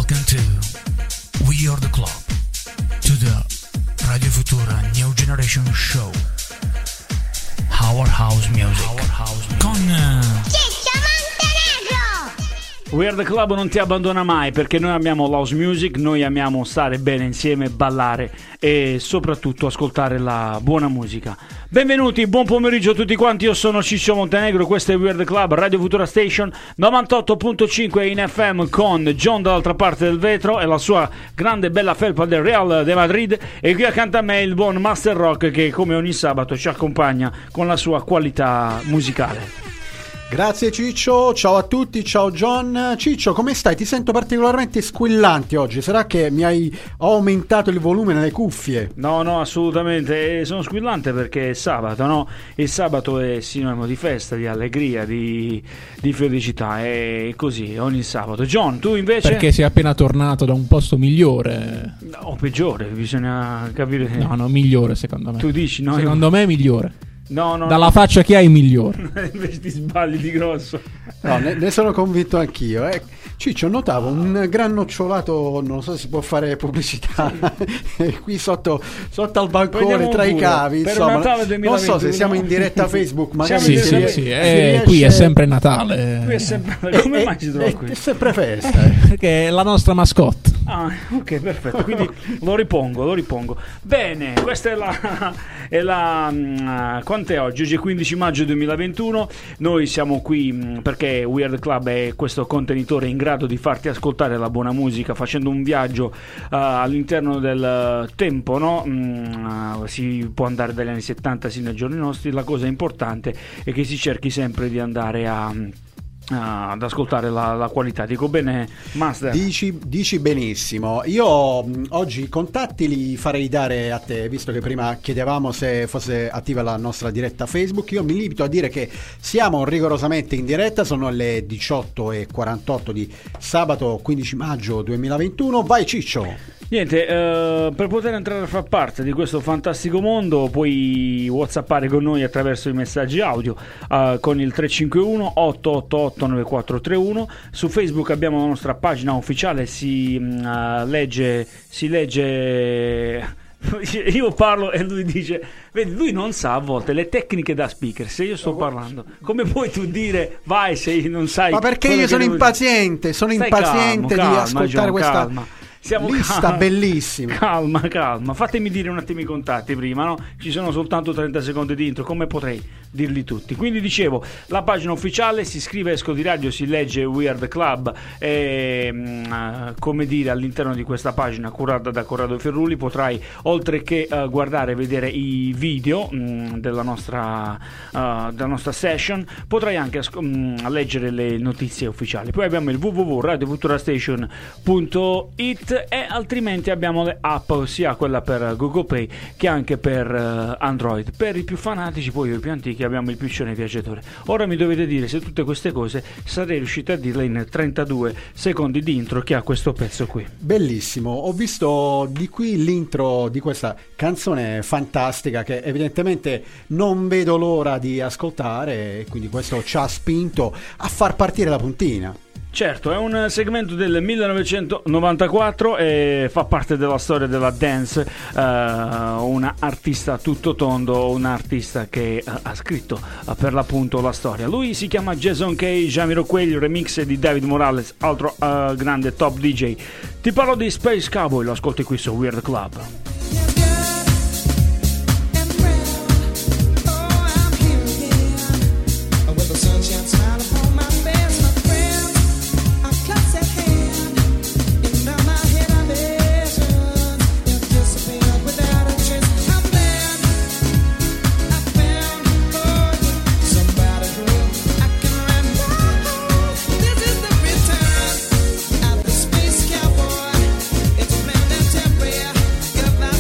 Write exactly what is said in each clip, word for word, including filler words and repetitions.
Welcome to We Are The Club, to the Radio Futura New Generation Show. Our House Music. Our house music. Con Ciccio Montenegro. We Are The Club non ti abbandona mai, perché noi amiamo l'house music, noi amiamo stare bene insieme, ballare e soprattutto ascoltare la buona musica. Benvenuti, buon pomeriggio a tutti quanti, io sono Ciccio Montenegro, questo è We Are The Club, Radio Futura Station novantotto virgola cinque in F M con John dall'altra parte del vetro e la sua grande bella felpa del Real de Madrid, e qui accanto a me il buon Master Rock che come ogni sabato ci accompagna con la sua qualità musicale. Grazie Ciccio, ciao a tutti, ciao John. Ciccio, come stai? Ti sento particolarmente squillante oggi, sarà che mi hai aumentato il volume nelle cuffie? No, no, assolutamente, sono squillante perché è sabato, no? Il sabato è sinonimo di festa, di allegria, di, di felicità, è così ogni sabato. John, tu invece? Perché sei appena tornato da un posto migliore. O peggiore, bisogna capire. No, no, migliore secondo me. Tu dici, no? Secondo io... me è migliore. No, no, Dalla no. faccia che hai migliore. Invece ti sbagli di grosso. No, ne, ne sono convinto anch'io. Eh. Ciccio, notavo un gran nocciolato, non so se si può fare pubblicità, sì. Qui sotto, sotto al bancone tra i cavi. Per insomma, Natale non so se siamo in diretta Facebook, magari sì, si, sì, si, sì. si Eh, riesce... qui è sempre Natale. Qui è sempre... Come e, mai ci trovo e, qui? È sempre festa. Eh. Perché è la nostra mascotte. Ah, ok, perfetto. Quindi lo ripongo, lo ripongo. Bene, questa è la. È la uh, quant'è oggi? Oggi è quindici maggio duemilaventuno. Noi siamo qui mh, perché We Are The Club è questo contenitore in grado di farti ascoltare la buona musica facendo un viaggio uh, all'interno del tempo, no? Mm, uh, si può andare dagli anni settanta sino ai giorni nostri. La cosa importante è che si cerchi sempre di andare a Ah, ad ascoltare la, la qualità. Dico bene, Master? Dici, dici benissimo. Io mh, oggi i contatti li farei dare a te, visto che prima chiedevamo se fosse attiva la nostra diretta Facebook. Io mi limito a dire che siamo rigorosamente in diretta, sono le diciotto e quarantotto di sabato quindici maggio duemilaventuno. Vai Ciccio! Niente, eh, per poter entrare a far parte di questo fantastico mondo puoi whatsappare con noi attraverso i messaggi audio eh, con il tre cinque uno otto otto otto nove quattro tre uno. Su Facebook abbiamo la nostra pagina ufficiale, si uh, legge si legge io parlo e lui dice, vedi, lui non sa a volte le tecniche da speaker. Se io sto parlando, come puoi tu dire vai se non sai? Ma perché io sono impaziente, sono Stai impaziente calmo, di calma, ascoltare John, questa calma. Siamo lista calma, bellissima. Calma, calma. Fatemi dire un attimo i contatti prima, no? Ci sono soltanto trenta secondi di intro, come potrei dirli tutti? Quindi dicevo, la pagina ufficiale, si scrive Esco di Radio, si legge We Are The Club e uh, come dire, all'interno di questa pagina curata da Corrado Ferrulli potrai, oltre che uh, guardare e vedere i video um, della nostra uh, della nostra session, potrai anche um, leggere le notizie ufficiali. Poi abbiamo il w w w punto radio futura station punto it e altrimenti abbiamo le app, sia quella per Google Play che anche per uh, Android. Per i più fanatici, poi i più antichi, abbiamo il piscione viaggiatore. Ora mi dovete dire se tutte queste cose sarei riuscito a dirle in trentadue secondi di intro che ha questo pezzo qui. Bellissimo, ho visto di qui l'intro di questa canzone fantastica che evidentemente non vedo l'ora di ascoltare, e quindi questo ci ha spinto a far partire la puntina. Certo, è un segmento del millenovecentonovantaquattro e fa parte della storia della dance, uh, una artista tutto tondo, un artista che uh, ha scritto uh, per l'appunto la storia. Lui si chiama Jason K. Jamiroquai, il remix di David Morales, altro uh, grande top D J. Ti parlo di Space Cowboy, lo ascolti qui su We Are The Club. Space cowboy, it's a man that temper, yeah.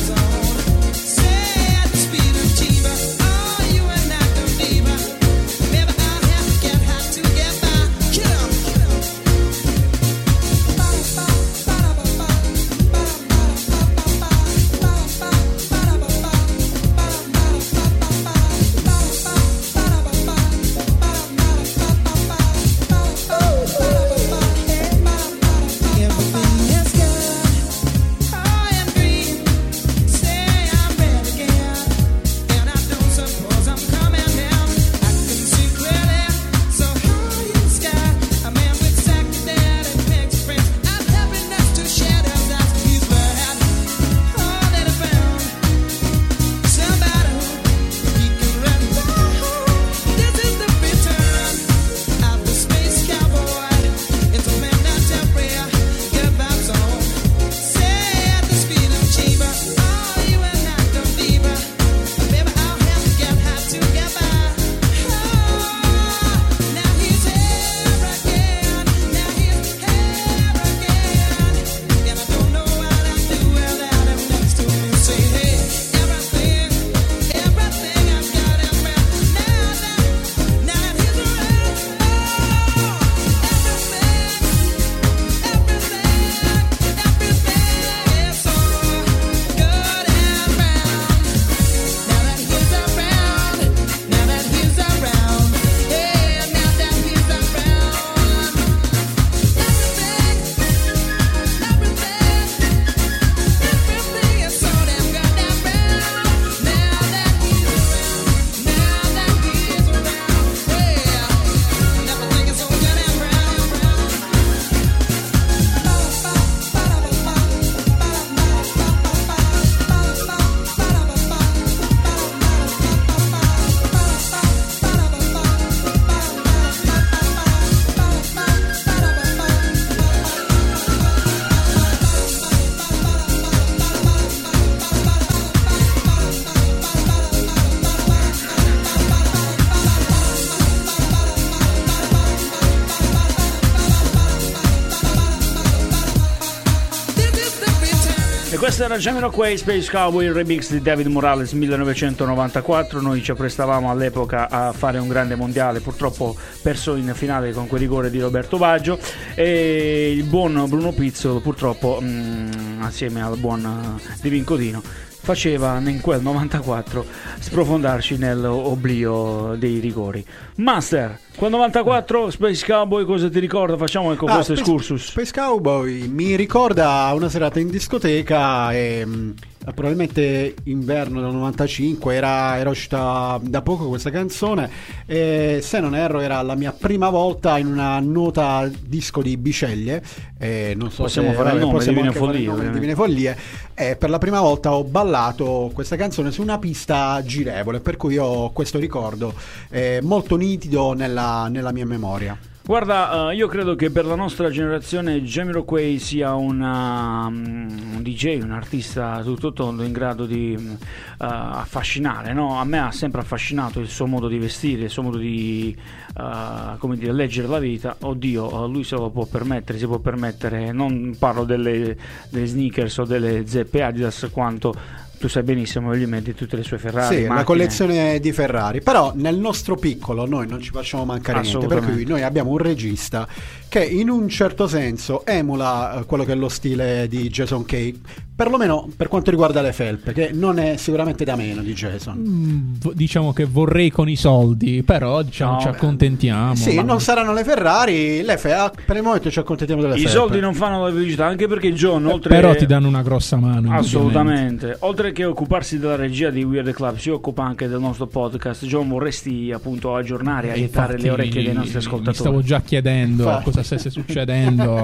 E questo era Jamiroquai Space Cowboy, il remix di David Morales millenovecentonovantaquattro. Noi ci apprestavamo all'epoca a fare un grande mondiale, purtroppo perso in finale con quel rigore di Roberto Baggio, e il buon Bruno Pizzolo purtroppo mh, assieme al buon Divin Codino faceva in quel novantaquattro sprofondarci nell'oblio dei rigori. Master, quel novantaquattro Space Cowboy cosa ti ricorda? Facciamo ecco Ah, questo Space, excursus. Space Cowboy mi ricorda una serata in discoteca e mh, probabilmente inverno del novantacinque, era, era uscita da poco questa canzone e se non erro era la mia prima volta in una nota disco di Biceglie, e non so Possiamo se fare il nome, possiamo Divine anche fare il Follie, nome, ovviamente. Divine Follie, e per la prima volta ho ballato questa canzone su una pista girevole, per cui ho questo ricordo eh, molto nitido nella, nella mia memoria. Guarda, uh, io credo che per la nostra generazione Jamiroquai sia una, um, un D J, un artista tutto tondo in grado di uh, affascinare, no? A me ha sempre affascinato il suo modo di vestire, il suo modo di uh, come dire, leggere la vita. Oddio, uh, lui se lo può permettere, si può permettere, non parlo delle, delle sneakers o delle zeppe Adidas, quanto tu sai benissimo, gli metti tutte le sue Ferrari, Sì, macchine. la collezione di Ferrari. Però nel nostro piccolo noi non ci facciamo mancare niente, per cui noi abbiamo un regista che in un certo senso emula eh, quello che è lo stile di Jason Kay, perlomeno per quanto riguarda le felpe, che non è sicuramente da meno di Jason. Mm, vo- diciamo che vorrei con i soldi, però diciamo No, ci beh. accontentiamo. Sì, ma- non saranno le Ferrari, le fe- ah, per il momento ci accontentiamo delle I felpe. soldi non fanno la felicità, anche perché John, oltre Però ti danno una grossa mano. assolutamente, oltre che occuparsi della regia di Weird Club, si occupa anche del nostro podcast. John, vorresti appunto aggiornare, Eh, aiutare infatti, le orecchie dei nostri Mi ascoltatori? stavo già chiedendo Infatti. cosa stesse succedendo.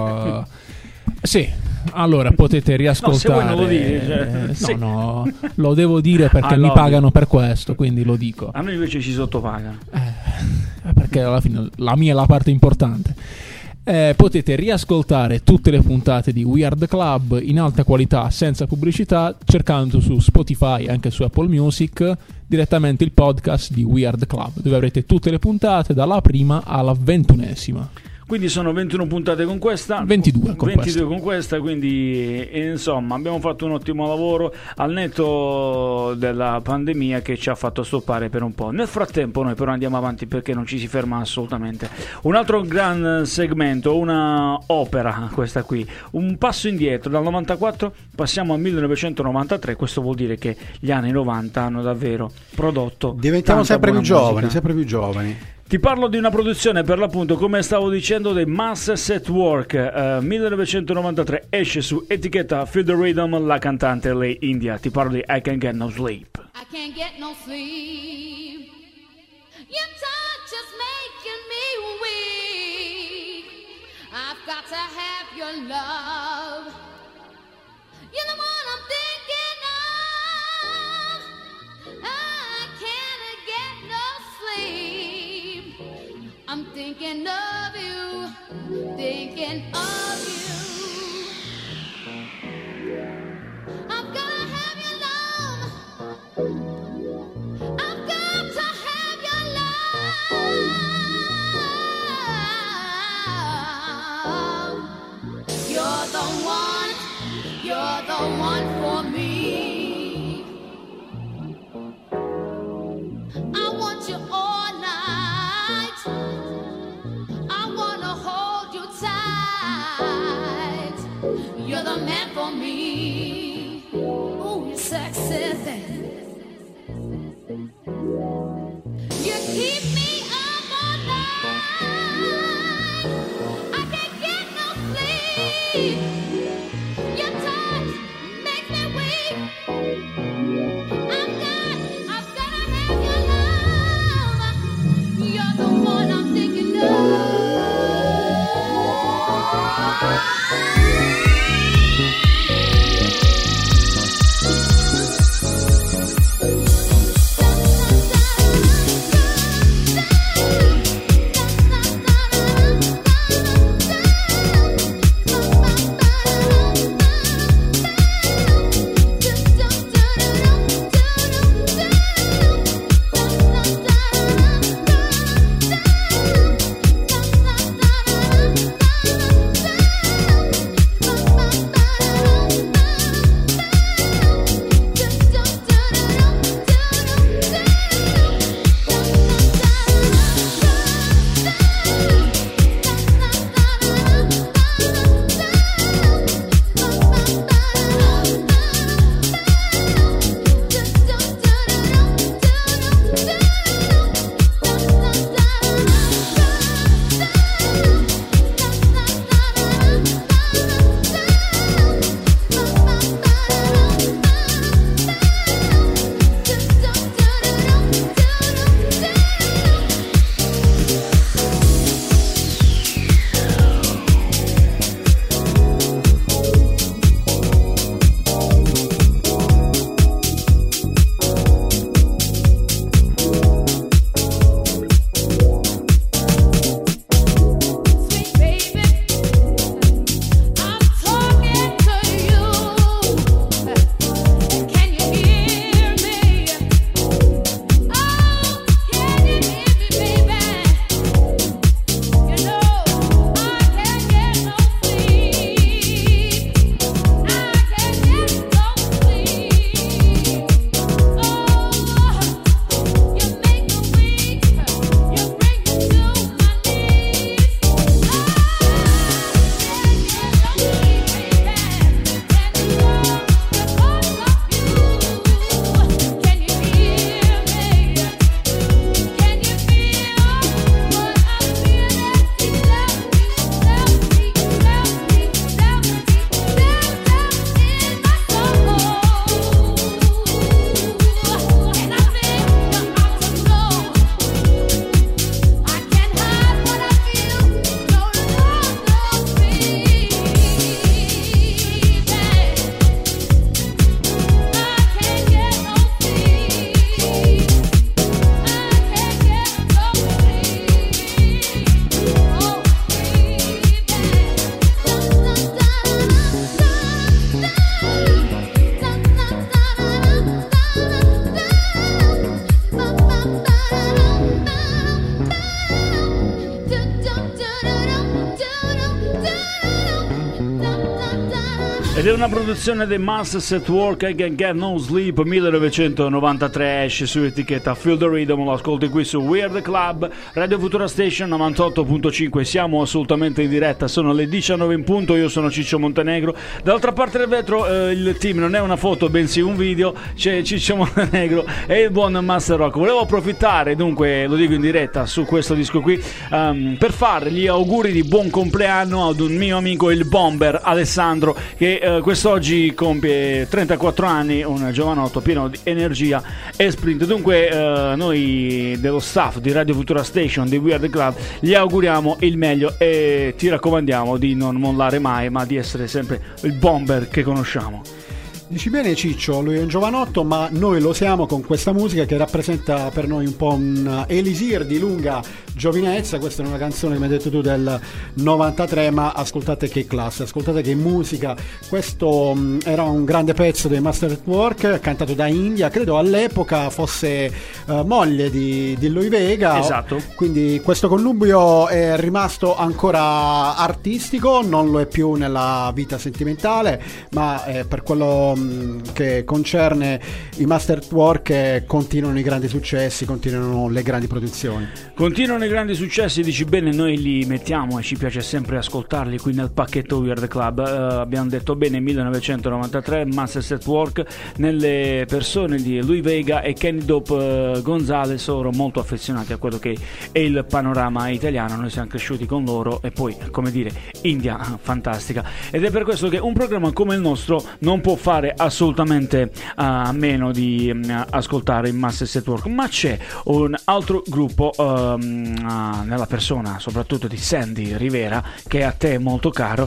Sì, allora potete riascoltare. No, se vuoi non lo dici, cioè, Eh, no, sì. no, lo devo dire perché Ah, mi no, pagano per questo, quindi lo dico. A noi invece ci sottopagano. Eh, perché alla fine la mia è la parte importante. Eh, potete riascoltare tutte le puntate di Weird Club in alta qualità senza pubblicità cercando su Spotify, anche su Apple Music, direttamente il podcast di Weird Club, dove avrete tutte le puntate dalla prima alla ventunesima. Quindi sono ventuno puntate con questa, ventidue con ventidue questa. con questa, quindi eh, insomma abbiamo fatto un ottimo lavoro al netto della pandemia che ci ha fatto stoppare per un po'. Nel frattempo noi però andiamo avanti perché non ci si ferma assolutamente. Un altro gran segmento, una opera questa qui, un passo indietro dal novantaquattro passiamo al millenovecentonovantatré. Questo vuol dire che gli anni novanta hanno davvero prodotto Diventiamo tanta sempre più buona musica. giovani, sempre più giovani. Ti parlo di una produzione, per l'appunto, come stavo dicendo, dei Masses at Work. eh, millenovecentonovantatré esce su etichetta Feel the Rhythm la cantante lei India. Ti parlo di I Can't Get No Sleep. I can't get no sleep. Your touch is making me weak. I've got to have your love. You're the one I'm thinking of. I can't get no sleep. I'm thinking of you, thinking of you. I've gotta have your love. I've got to have your love. You're the one, you're the one for me. I want you all night. I wanna hold you tight. You're the man for me. Ooh, you sexy thing. You keep me up all night. I can't get no sleep. Your touch makes me weak. I've got, I've gotta have your love. You're the one I'm thinking of. Ed è una produzione dei Masters at Work, I Can Get No Sleep, millenovecentonovantatré, esce su etichetta Feel the Rhythm, lo ascolti qui su We Are The Club, Radio Futura Station novantotto punto cinque, siamo assolutamente in diretta, sono le diciannove in punto, io sono Ciccio Montenegro, dall'altra parte del vetro eh, il team non è una foto bensì un video, c'è Ciccio Montenegro e il buon Master Rock. Volevo approfittare, dunque lo dico in diretta su questo disco qui, um, per fare gli auguri di buon compleanno ad un mio amico il Bomber Alessandro, che Uh, quest'oggi compie trentaquattro anni, un giovanotto pieno di energia e sprint. Dunque uh, noi dello staff di Radio Futura Station di We Are The Club gli auguriamo il meglio e ti raccomandiamo di non mollare mai, ma di essere sempre il Bomber che conosciamo. Dici bene Ciccio, lui è un giovanotto, ma noi lo siamo con questa musica che rappresenta per noi un po' un elisir di lunga giovinezza. Questa è una canzone, come hai detto tu, del novantatré, ma ascoltate che classe, ascoltate che musica. Questo mh, era un grande pezzo dei Master at Work, cantato da India, credo all'epoca fosse uh, moglie di, di Louie Vega. Esatto. Quindi questo connubio è rimasto ancora artistico, non lo è più nella vita sentimentale, ma eh, per quello che concerne i Master at Work eh, continuano i grandi successi, continuano le grandi produzioni. Continuano i grandi successi, dici bene, noi li mettiamo e ci piace sempre ascoltarli qui nel pacchetto We Are The Club. Uh, abbiamo detto bene millenovecentonovantatré, Masters at Work, nelle persone di Louie Vega e Kenny Dope uh, Gonzalez, loro molto affezionati a quello che è il panorama italiano, noi siamo cresciuti con loro e poi, come dire, India, fantastica. Ed è per questo che un programma come il nostro non può fare assolutamente a uh, meno di um, ascoltare il Masters at Work, ma c'è un altro gruppo um, uh, nella persona soprattutto di Sandy Rivera, che a te è molto caro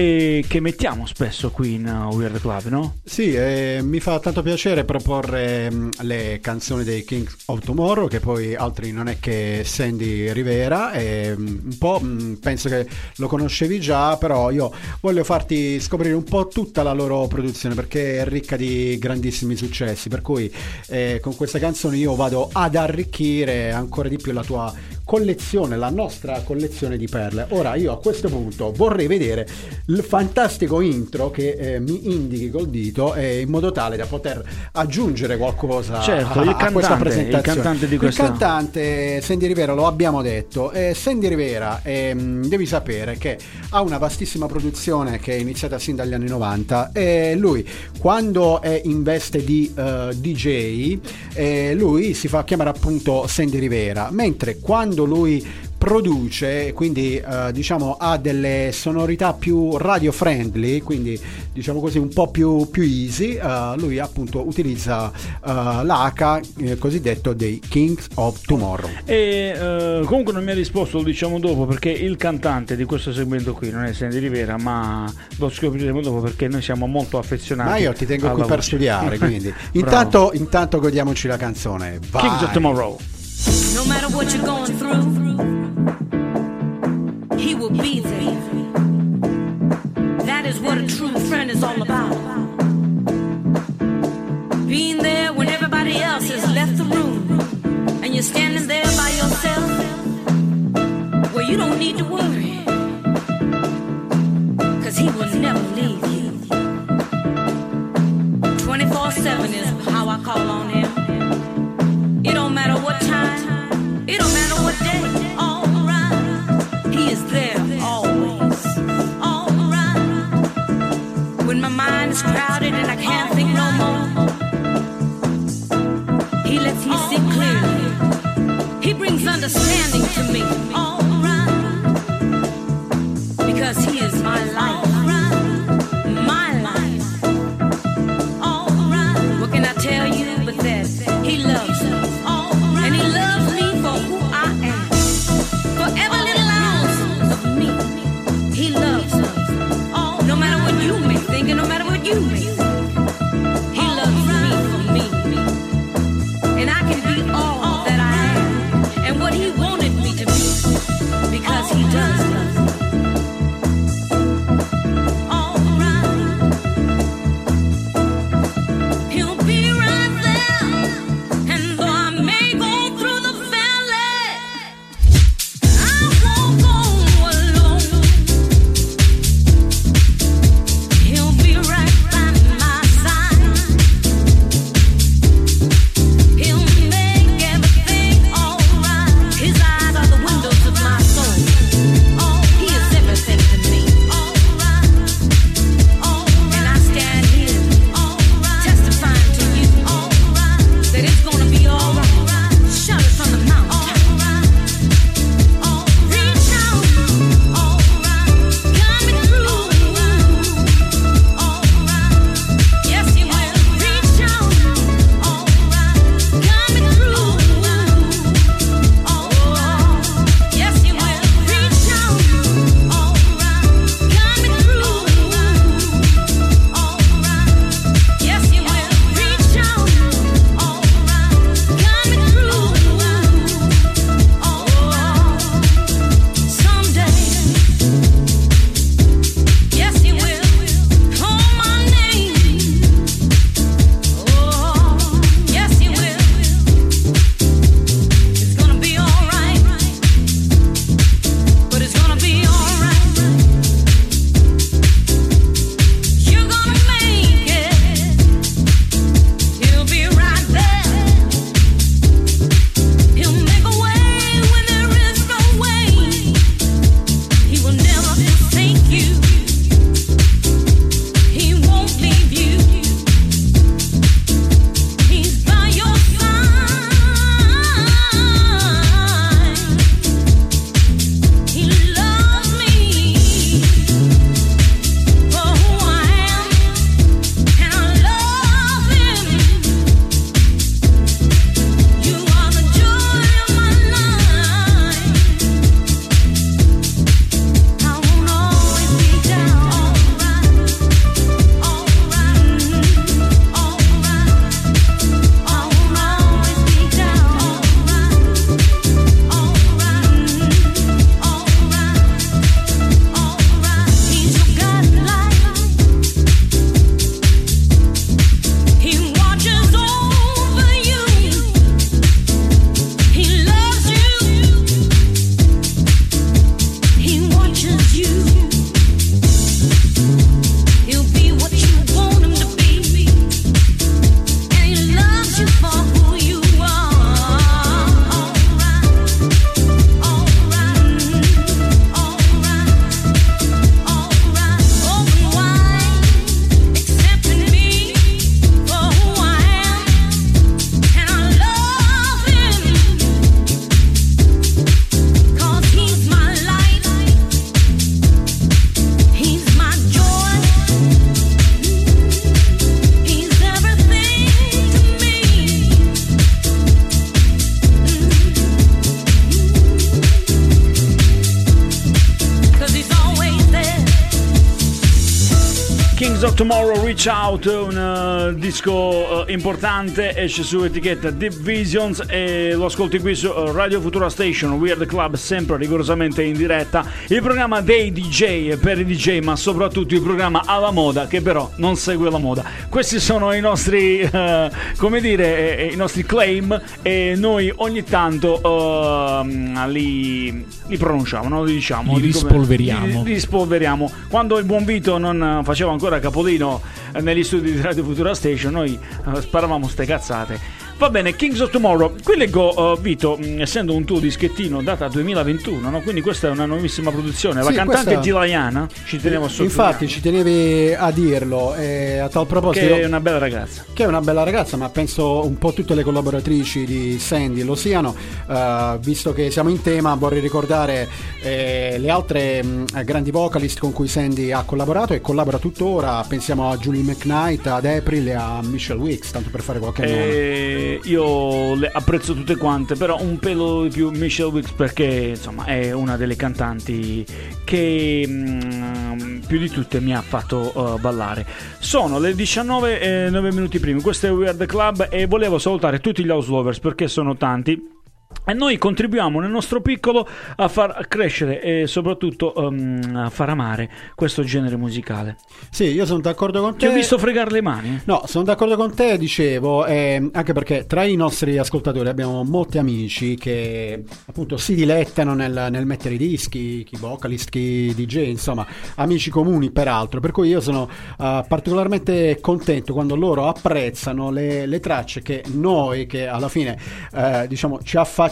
e che mettiamo spesso qui in uh, We Are The Club, no? Sì, eh, mi fa tanto piacere proporre um, le canzoni dei Kings of Tomorrow, che poi altri non è che Sandy Rivera, e, um, un po' um, penso che lo conoscevi già, però io voglio farti scoprire un po' tutta la loro produzione, perché è ricca di grandissimi successi, per cui eh, con questa canzone io vado ad arricchire ancora di più la tua collezione, la nostra collezione di perle. Ora io a questo punto vorrei vedere il fantastico intro che eh, mi indichi col dito, eh, in modo tale da poter aggiungere qualcosa certo, a, il a cantante, questa presentazione. Il cantante di questa... Il cantante Sandy Rivera, lo abbiamo detto, eh, Sandy Rivera eh, devi sapere che ha una vastissima produzione che è iniziata sin dagli anni novanta, e lui quando è in veste di uh, D J eh, lui si fa chiamare appunto Sandy Rivera, mentre quando lui produce, quindi uh, diciamo ha delle sonorità più radio friendly, quindi diciamo così un po' più, più easy, uh, lui appunto utilizza uh, l'H eh, cosiddetto dei Kings of Tomorrow. E uh, comunque non mi ha risposto, lo diciamo dopo, perché il cantante di questo segmento qui non è Sandy Rivera, ma lo scopriremo dopo, perché noi siamo molto affezionati. Ma io ti tengo qui per voce. studiare, quindi intanto, intanto godiamoci la canzone. Vai. Kings of Tomorrow. No matter what you're going through, he will be there. That is what a true friend is all about. Being there when everybody else has left the room, and you're standing there by yourself. Well, you don't need to worry, 'cause he will never leave you. twenty-four seven is how I call on him. It don't matter what time, it don't matter what day, all right. He is there always, all right. When my mind is crowded and I can't think no more, he lets me see clearly. He brings understanding to me, all right. Because he is my life, my life, all right. What can I tell you but that he loves me? And he loves me for who I am. For every little ounce of me, he loves me. No matter what you may think and no matter what you may think, he loves me for me. And I can be all that I am and what he wanted me to be, because he does love me. All right. He'll be right there. And though I may go through the valley, I won't go alone. He'll be right Kings of Tomorrow, Reach Out, un uh, disco uh, importante, esce su etichetta Deep Visions e lo ascolti qui su uh, Radio Futura Station, We Are The Club, sempre rigorosamente in diretta, il programma dei D J per i D J, ma soprattutto il programma alla moda che però non segue la moda. Questi sono i nostri, uh, come dire, eh, i nostri claim e noi ogni tanto uh, li, li pronunciamo, no? li diciamo, li rispolveriamo. Li, li rispolveriamo. Quando il buon Vito non faceva ancora capolino negli studi di Radio Futura Station, noi uh, sparavamo ste cazzate. Va bene, Kings of Tomorrow. Qui leggo, uh, Vito, mh, essendo un tuo dischettino data duemilaventuno, no? Quindi questa è una nuovissima produzione. La Sì, cantante questa- Dilayana, ci tenevo a sottolineare, Infatti ci tenevi a dirlo, e a tal proposito, che è una bella ragazza. che è una bella ragazza, ma penso un po' tutte le collaboratrici di Sandy lo siano. Uh, visto che siamo in tema, vorrei ricordare eh, le altre mh, grandi vocalist con cui Sandy ha collaborato e collabora tuttora. Pensiamo a Julie McKnight, ad April e a Michelle Wicks, tanto per fare qualche nome. E io le apprezzo tutte quante, però un pelo di più Michelle Wicks, perché insomma è una delle cantanti che mm, più di tutte mi ha fatto uh, ballare. Sono le diciannove e nove minuti primi, questo è We Are The Club e volevo salutare tutti gli house lovers perché sono tanti. E noi contribuiamo nel nostro piccolo a far crescere e soprattutto um, a far amare questo genere musicale. Sì, io sono d'accordo con Ti te. ho visto fregare le mani? No, sono d'accordo con te, dicevo, eh, anche perché tra i nostri ascoltatori abbiamo molti amici che appunto si dilettano nel, nel mettere i dischi, chi vocalist, chi D J, insomma, amici comuni peraltro, per cui io sono uh, particolarmente contento quando loro apprezzano le, le tracce che noi, che alla fine eh, diciamo ci affacciamo,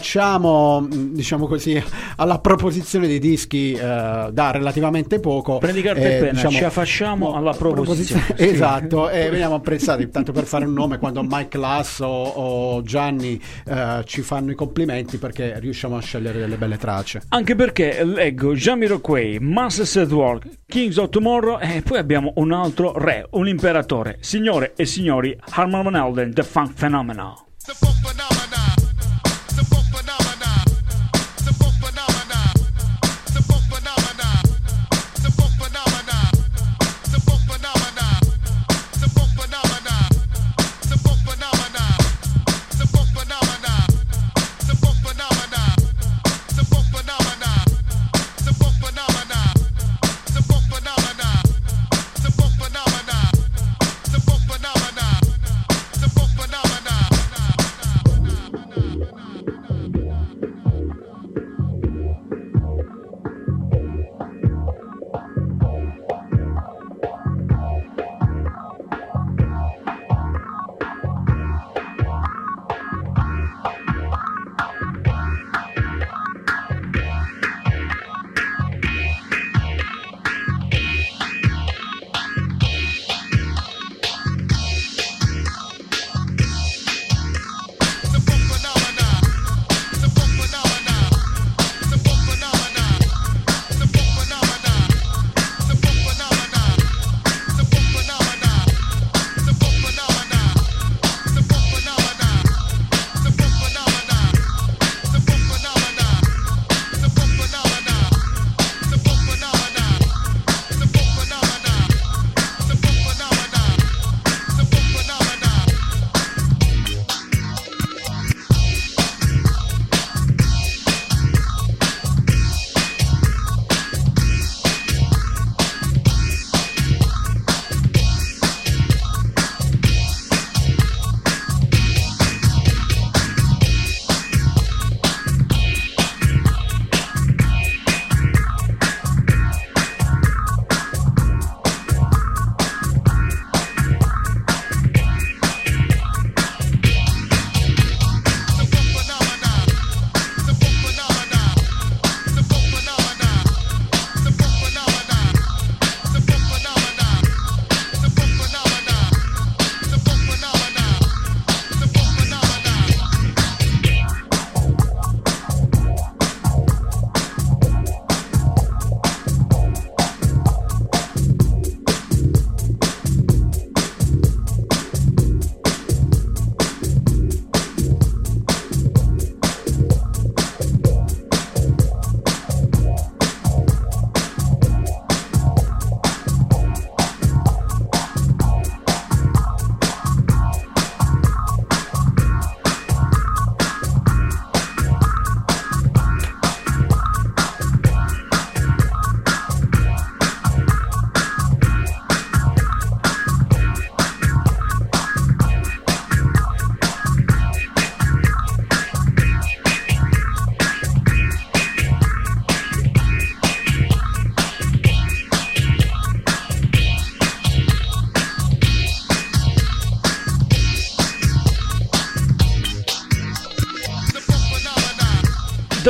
diciamo così, alla proposizione dei dischi eh, da relativamente poco. Prendi carta e eh, penna, diciamo, ci affacciamo no, alla proposizione. Esatto, e veniamo apprezzati, tanto per fare un nome, quando Mike Lasso o Gianni eh, ci fanno i complimenti perché riusciamo a scegliere delle belle tracce. Anche perché leggo Jamiroquai, Masters at Work, Kings of Tomorrow e poi abbiamo un altro re, un imperatore. Signore e signori, Harman Van Helden, The Funk Phenomenon. The funk phenomena. The funk phenomena. The funk phenomena. The funk phenomena. The funk phenomena. The funk phenomena. The funk phenomena. The funk phenomena. The funk phenomena. The funk phenomena. The funk phenomena. The funk phenomena. The funk phenomena. The funk phenomena. The funk phenomena. The funk phenomena.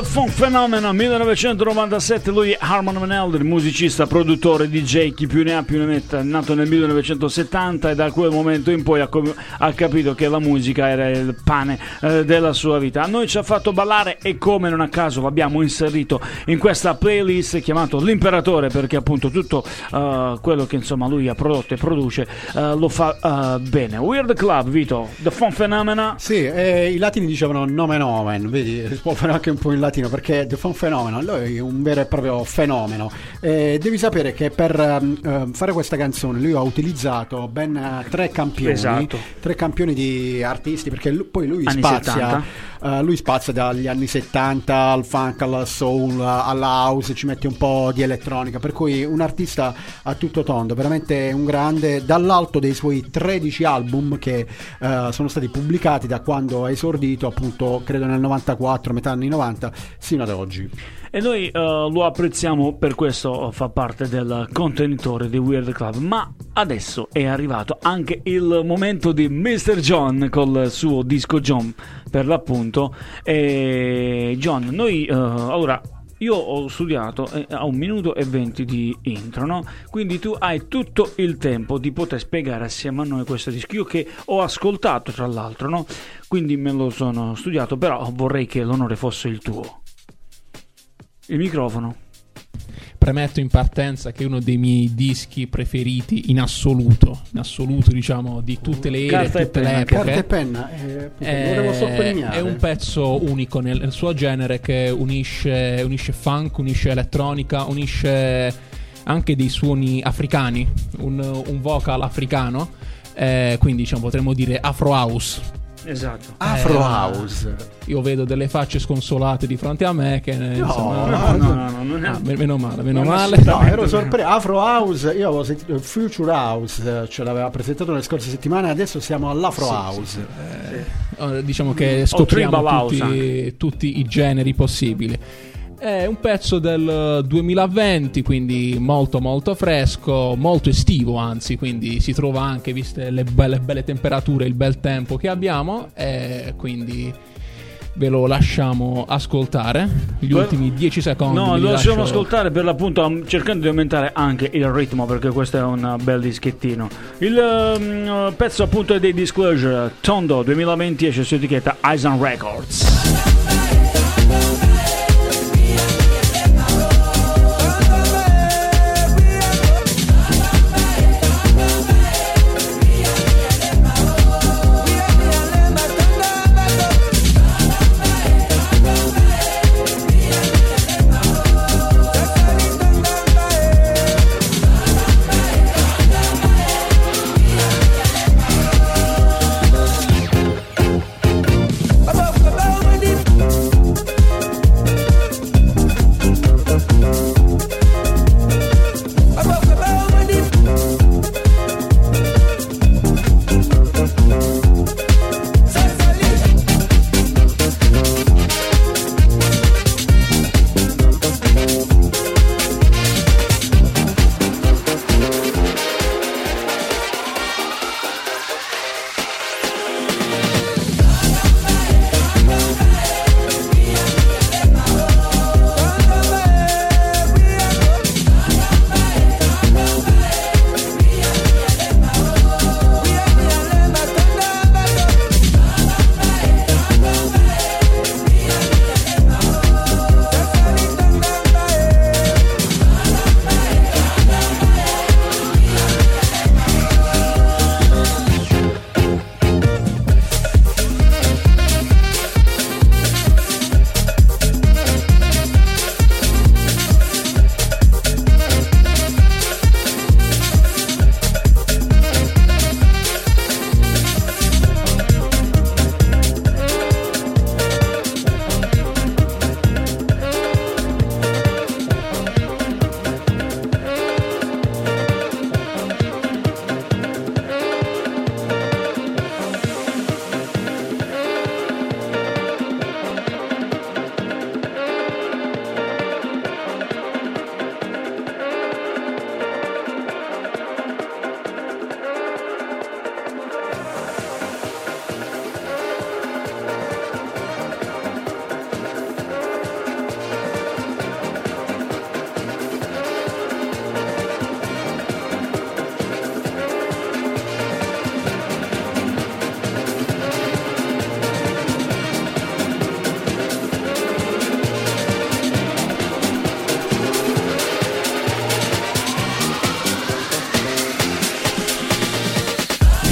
The Funk Phenomena millenovecentonovantasette, lui è Harmon Van Helder, musicista, produttore, D J, chi più ne ha più ne metta, nato nel millenovecentosettanta e da quel momento in poi ha, com- ha capito che la musica era il pane eh, della sua vita. A noi ci ha fatto ballare e come non a caso l'abbiamo inserito in questa playlist chiamato L'Imperatore, perché appunto tutto uh, quello che insomma lui ha prodotto e produce uh, lo fa uh, bene. Weird Club, Vito, The Funk Phenomena. Sì, eh, i latini dicevano nomen omen, vedi, si può fare anche un po' in latino perché The Funk Phenomenon lui è un vero e proprio fenomeno. Eh, devi sapere che per eh, fare questa canzone lui ha utilizzato ben eh, tre campioni, esatto. tre campioni di artisti, perché lui, poi lui Anni spazia, uh, lui spazia dagli anni settanta al funk, alla soul, alla house, ci mette un po' di elettronica, per cui un artista a tutto tondo, veramente un grande, dall'alto dei suoi tredici album che uh, sono stati pubblicati da quando ha esordito, appunto credo nel novantaquattro, metà anni novanta, sino ad oggi. E noi uh, lo apprezziamo, per questo fa parte del contenitore di Weird Club. Ma adesso è arrivato anche il momento di mister John col suo disco John, per l'appunto. E John, noi uh, allora io ho studiato eh, a un minuto e venti di intro, no? Quindi tu hai tutto il tempo di poter spiegare assieme a noi questo disco, io che ho ascoltato tra l'altro, no? Quindi me lo sono studiato, però vorrei che l'onore fosse il tuo. Il microfono. Premetto in partenza che è uno dei miei dischi preferiti in assoluto, in assoluto diciamo di tutte le ere, Carta e tutte penna, le epoche. Carta e penna, eh, appunto, È, volevo sottolineare. è un pezzo unico nel, nel suo genere, che unisce, unisce funk, unisce elettronica, unisce anche dei suoni africani, un, un vocal africano, eh, quindi diciamo potremmo dire Afro House. Esatto. Afro Eh, House. Io vedo delle facce sconsolate di fronte a me che No, insomma, No, no, no, no, non è... ah, me- meno male, meno Non male. assolutamente. No, ero sorpreso. Afro House, io avevo sentito il Future House, ce l'aveva presentato nelle scorse settimane, adesso siamo all'Afro House. Eh, diciamo che scopriamo tribal house tutti, tutti i generi possibili. È un pezzo del duemilaventi, quindi molto molto fresco, molto estivo anzi, quindi si trova anche, viste le belle, belle temperature, il bel tempo che abbiamo, e quindi ve lo lasciamo ascoltare gli Que- ultimi dieci secondi. No, vi lo lasciamo lascio- ascoltare per l'appunto, am- cercando di aumentare anche il ritmo, perché questo è un bel dischettino. Il um, pezzo appunto è dei Disclosure, Tondo, duemilaventi, esce su etichetta Eisen Records. Above the bell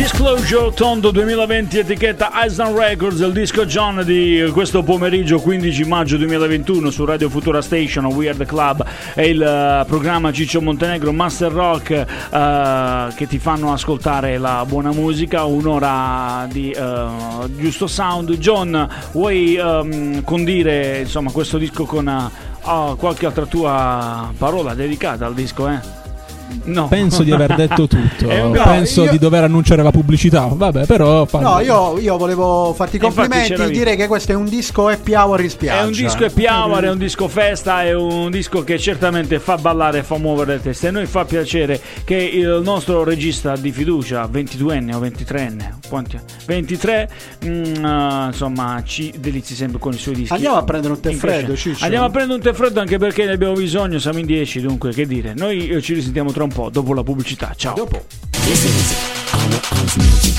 Disclosure Tondo duemilaventi, etichetta Eisner Records, il disco John di questo pomeriggio quindici maggio duemilaventuno su Radio Futura Station, We Are The Club e il uh, programma Ciccio Montenegro Master Rock uh, che ti fanno ascoltare la buona musica, un'ora di uh, giusto sound. John, vuoi um, condire insomma questo disco con uh, uh, qualche altra tua parola dedicata al disco, eh? No. Penso di aver detto tutto. Eh, no, Penso io- di dover annunciare la pubblicità. Vabbè, però. parlo. No, io, io volevo farti i Infatti complimenti c'era e dire che questo è un disco happy hour in spiaggia. È un disco happy hour, è un disco festa, è un disco che certamente fa ballare e fa muovere le teste. E noi fa piacere che il nostro regista di fiducia, ventiduenne o ventitreenne, quanti? ventitré, mm, uh, insomma, ci delizi sempre con i suoi dischi. Andiamo a prendere un tè In freddo, crescita. Ciccio. Andiamo a prendere un tè freddo anche perché ne abbiamo bisogno, siamo in dieci, dunque che dire. Noi eh, ci risentiamo tra un po' dopo la pubblicità. Ciao. Dopo. This is Hour of Music.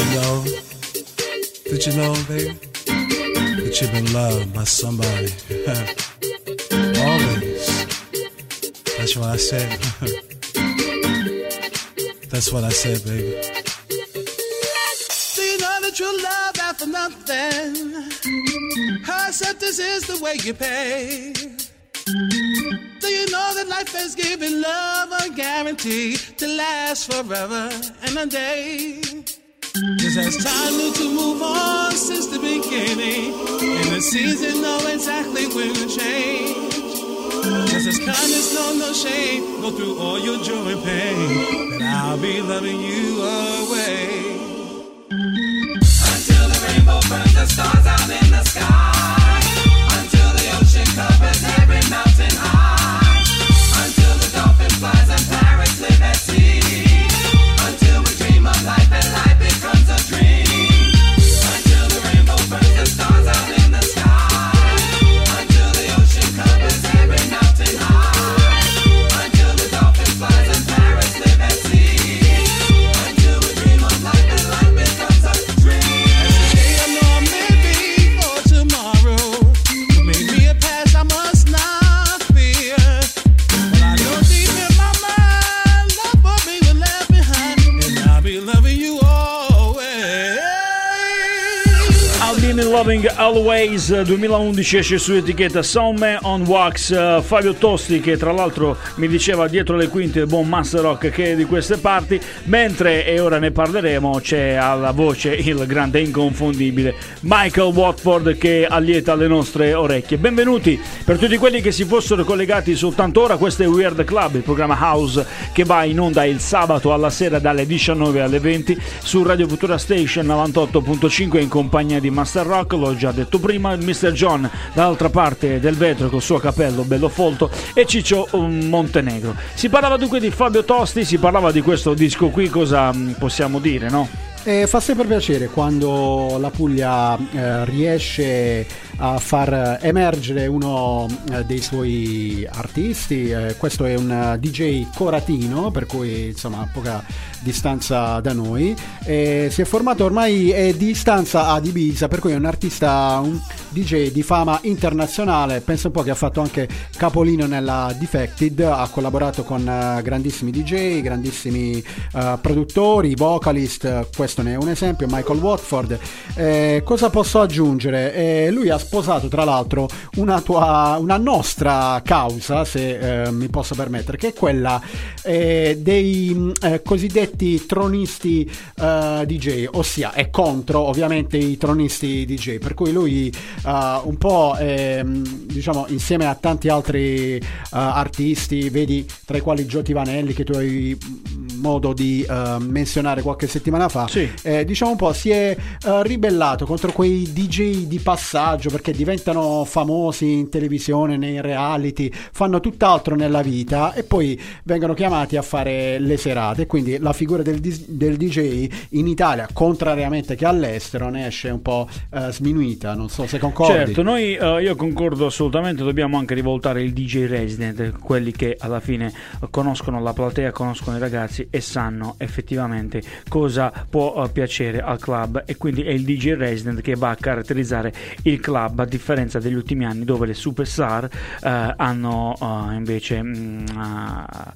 you know? Did you know, baby? That you've been loved by somebody. Always. That's what I said. That's what I said, baby. Do you know that true love out for nothing? Her acceptance is the way you pay. Do you know that life has given love a guarantee to last forever and a day? Just as time knew to move on since the beginning, and the season know exactly when to change. Just as kindness know no shame, go through all your joy and pain, that I'll be loving you always. Until the rainbow burns the stars out in the sky, until the ocean covers every mountain high, until the dolphin flies and parrots live at sea, until we dream of life and life becomes a dream, until the rainbow burns the stars out in the sky, until the ocean covers every mountain high, until the dolphin flies and parrots live at sea, until we dream of life and life becomes a dream. Today I know I may be for tomorrow, but maybe a past I must not fear. But I know deep in my mind, love for me was left behind, and I'll be loving you always. I'll Be Loving Always duemilaundici esce su etichetta Somme on Wax. uh, Fabio Tosti, che tra l'altro mi diceva dietro le quinte il buon Master Rock che è di queste parti, mentre, e ora ne parleremo, c'è alla voce il grande inconfondibile Michael Watford che allieta le nostre orecchie. Benvenuti per tutti quelli che si fossero collegati soltanto ora. Questo è Weird Club, il programma house che va in onda il sabato alla sera dalle diciannove alle venti su Radio Futura Station novantotto virgola cinque in compagnia di Master Rock, l'ho già detto prima, il mister John dall'altra parte del vetro col suo capello bello folto e Ciccio um, Montenegro. Si parlava dunque di Fabio Tosti, si parlava di questo disco qui, cosa um, possiamo dire, no? Eh, fa sempre piacere quando la Puglia eh, riesce a far emergere uno eh, dei suoi artisti. Eh, questo è un uh, D J coratino, per cui insomma a poca distanza da noi. Eh, si è formato ormai è di distanza ad Ibiza, per cui è un artista, un D J di fama internazionale. Penso un po' che ha fatto anche capolino nella Defected, ha collaborato con uh, grandissimi D J, grandissimi uh, produttori, vocalist. Questo ne è un esempio, Michael Watford. Eh, cosa posso aggiungere? Eh, lui ha sposato tra l'altro una tua, una nostra causa, se eh, mi posso permettere, che è quella eh, dei eh, cosiddetti tronisti eh, D J, ossia è contro ovviamente i tronisti D J, per cui lui eh, un po' eh, diciamo insieme a tanti altri eh, artisti, vedi tra i quali Gio Tivanelli, che tu hai modo di uh, menzionare qualche settimana fa, sì. eh, diciamo un po' si è uh, ribellato contro quei D J di passaggio, perché diventano famosi in televisione, nei reality, fanno tutt'altro nella vita e poi vengono chiamati a fare le serate. Quindi la figura del, del D J in Italia, contrariamente che all'estero, ne esce un po' uh, sminuita. Non so se concordi. Certo, noi uh, io concordo assolutamente. Dobbiamo anche rivoltare il D J resident, quelli che alla fine conoscono la platea, conoscono i ragazzi e sanno effettivamente cosa può uh, piacere al club, e quindi è il D J resident che va a caratterizzare il club, a differenza degli ultimi anni dove le superstar uh, hanno uh, invece mh, uh,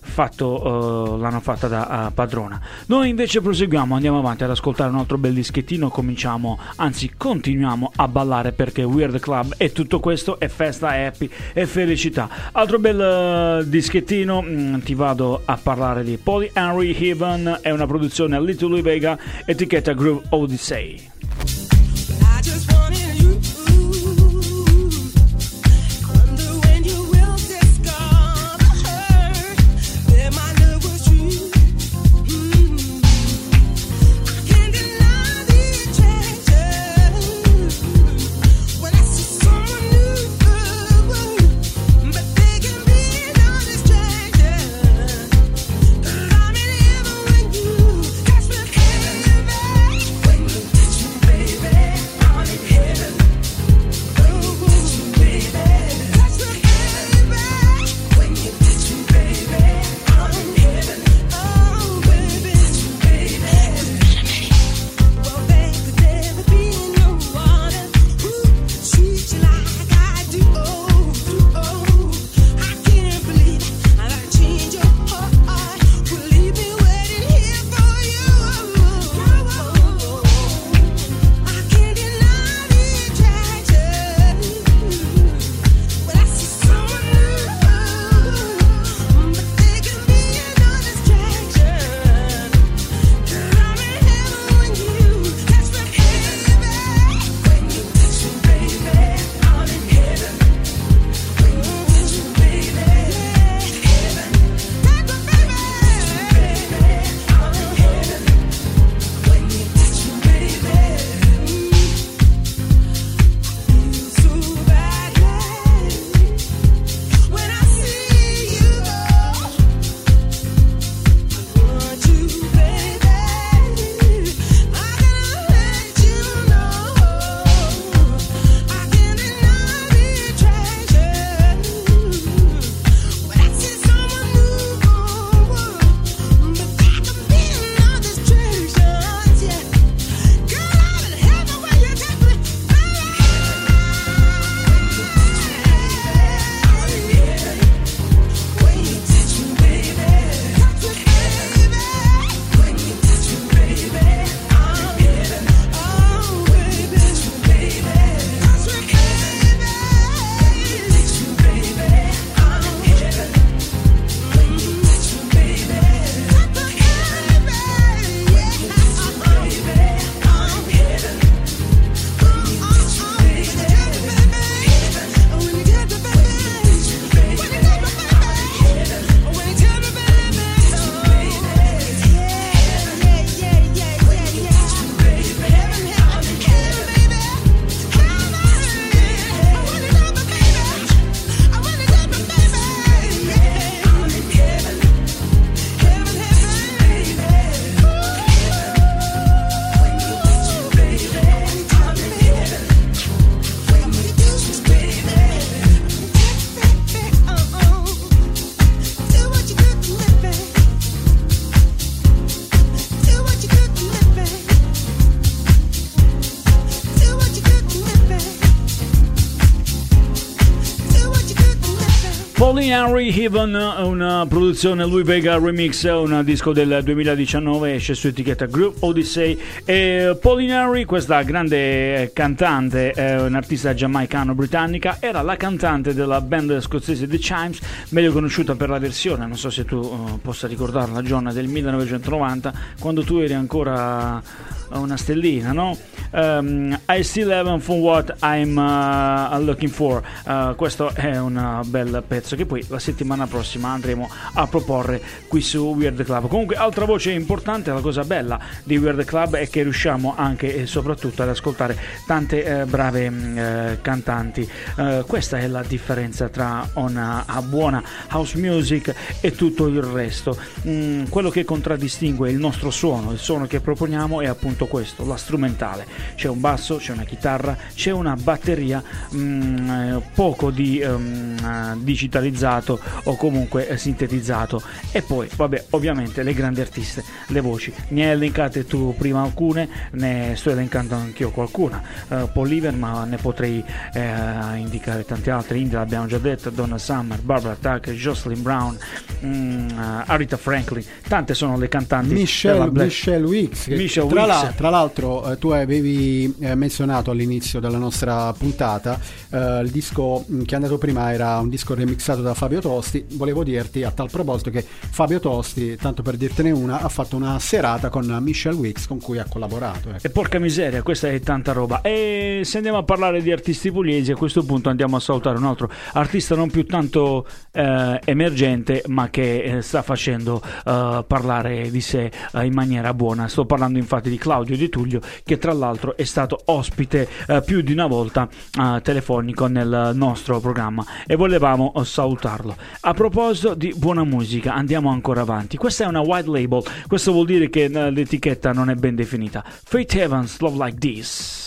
fatto uh, l'hanno fatta da uh, padrona. Noi invece proseguiamo, andiamo avanti ad ascoltare un altro bel dischettino, cominciamo, anzi continuiamo a ballare, perché Weird Club è tutto questo, è festa, è happy, è felicità. Altro bel uh, dischettino, mh, ti vado a parlare di Paul Henry Heaven, è una produzione a Little Louis Vega, etichetta Groove Odyssey. When you Polinary Heaven, una produzione Louis Vega Remix, un disco del duemiladiciannove, esce su etichetta Group Odyssey. E Polinary, questa grande cantante, eh, un'artista giamaicano-britannica, era la cantante della band scozzese The Chimes, meglio conosciuta per la versione, non so se tu uh, possa ricordarla, John, del millenovecentonovanta, quando tu eri ancora una stellina, no? Um, I still haven't found what I'm uh, looking for. Uh, questo è un bel pezzo che poi la settimana prossima andremo a proporre qui su Weird Club. Comunque, altra voce importante, la cosa bella di Weird Club è che riusciamo anche e soprattutto ad ascoltare tante eh, brave eh, cantanti. Uh, questa è la differenza tra una, una buona house music e tutto il resto. Mm, quello che contraddistingue il nostro suono, il suono che proponiamo, è appunto questo, la strumentale. C'è un basso, c'è una chitarra, c'è una batteria, mh, poco di um, digitalizzato o comunque eh, sintetizzato, e poi vabbè, ovviamente le grandi artiste, le voci. Ne hai elencate tu prima alcune, ne sto elencando anch'io qualcuna. uh, Paul Liver, ma ne potrei eh, indicare tante altre. India l'abbiamo già detto, Donna Summer, Barbara Tucker, Jocelyn Brown, mh, Aretha Franklin, tante sono le cantanti. Michelle, Michelle Weeks, Michelle tra, Weeks. la, tra l'altro eh, tu avevi eh, menzionato all'inizio della nostra puntata eh, il disco che è andato prima era un disco remixato da Fabio Tosti. Volevo dirti a tal proposito che Fabio Tosti, tanto per dirtene una, ha fatto una serata con Michelle Weeks con cui ha collaborato, ecco. E porca miseria, questa è tanta roba. E se andiamo a parlare di artisti pugliesi, a questo punto andiamo a salutare un altro artista non più tanto eh, emergente, ma che eh, sta facendo eh, parlare di sé eh, in maniera buona. Sto parlando infatti di Claudio Di Tullio, che tra l'altro è stato ospite eh, più di una volta eh, telefonico nel nostro programma, e volevamo eh, salutarlo. A proposito di buona musica, andiamo ancora avanti. Questa è una white label, questo vuol dire che eh, l'etichetta non è ben definita. Faith Evans, Love Like This.